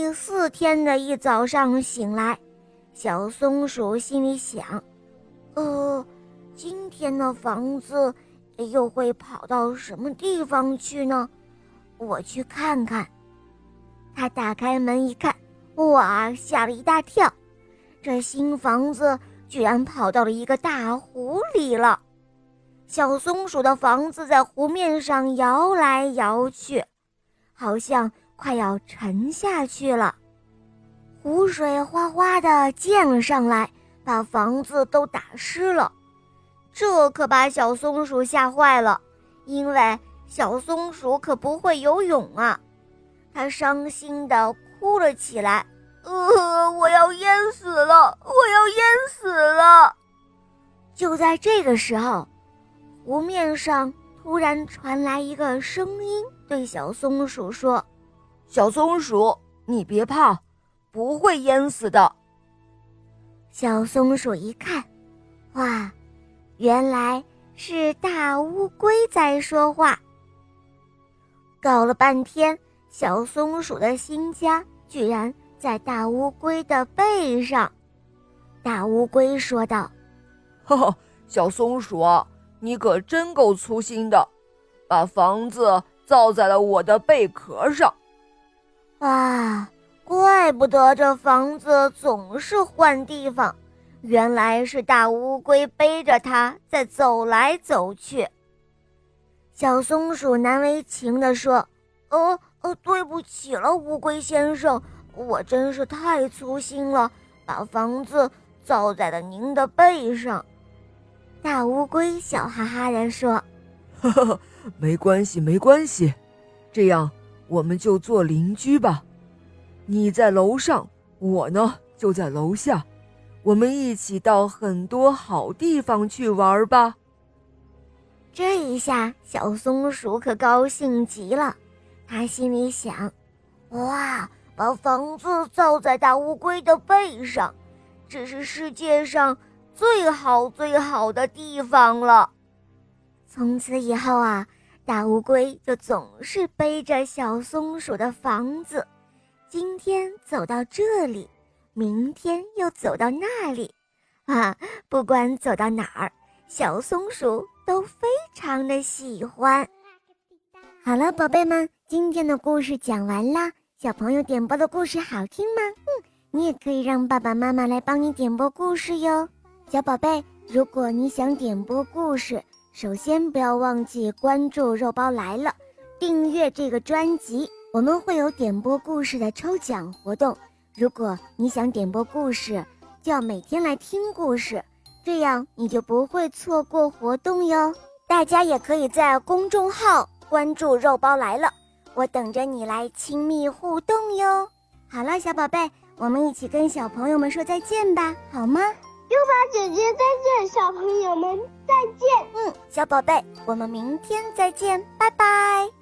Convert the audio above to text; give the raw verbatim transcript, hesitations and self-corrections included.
第四天的一早上醒来，小松鼠心里想，呃，今天的房子又会跑到什么地方去呢？我去看看。他打开门一看，哇，吓了一大跳，这新房子居然跑到了一个大湖里了。小松鼠的房子在湖面上摇来摇去，好像快要沉下去了。湖水哗哗地溅了上来，把房子都打湿了。这可把小松鼠吓坏了，因为小松鼠可不会游泳啊。它伤心地哭了起来，呃，我要淹死了，我要淹死了。就在这个时候，湖面上突然传来一个声音，对小松鼠说： 小松鼠，你别怕，不会淹死的。 小松鼠一看，哇，原来是大乌龟在说话。搞了半天，小松鼠的新家居然在大乌龟的背上。大乌龟说道： 哈哈，小松鼠啊，你可真够粗心的，把房子造在了我的贝壳上。 哇，怪不得这房子总是换地方，原来是大乌龟背着它在走来走去。小松鼠难为情地说：呃呃，对不起了，乌龟先生，我真是太粗心了，把房子造在了您的背上。大乌龟笑哈哈地说： 呵呵，没关系没关系，这样我们就做邻居吧。你在楼上，我呢就在楼下，我们一起到很多好地方去玩吧。 这一下小松鼠可高兴极了，他心里想，哇，把房子造在大乌龟的背上，这是世界上最好最好的地方了。从此以后啊，大乌龟就总是背着小松鼠的房子，今天走到这里，明天又走到那里，啊，不管走到哪儿，小松鼠都非常的喜欢。好了，宝贝们，今天的故事讲完啦。小朋友点播的故事好听吗？嗯，你也可以让爸爸妈妈来帮你点播故事哟。小宝贝，如果你想点播故事，首先不要忘记关注肉包来了，订阅这个专辑，我们会有点播故事的抽奖活动。如果你想点播故事，就要每天来听故事，这样你就不会错过活动哟。大家也可以在公众号关注肉包来了，我等着你来亲密互动哟。好了，小宝贝，我们一起跟小朋友们说再见吧，好吗？ 优宝姐姐再见，小朋友们再见。 嗯，小宝贝，我们明天再见，拜拜。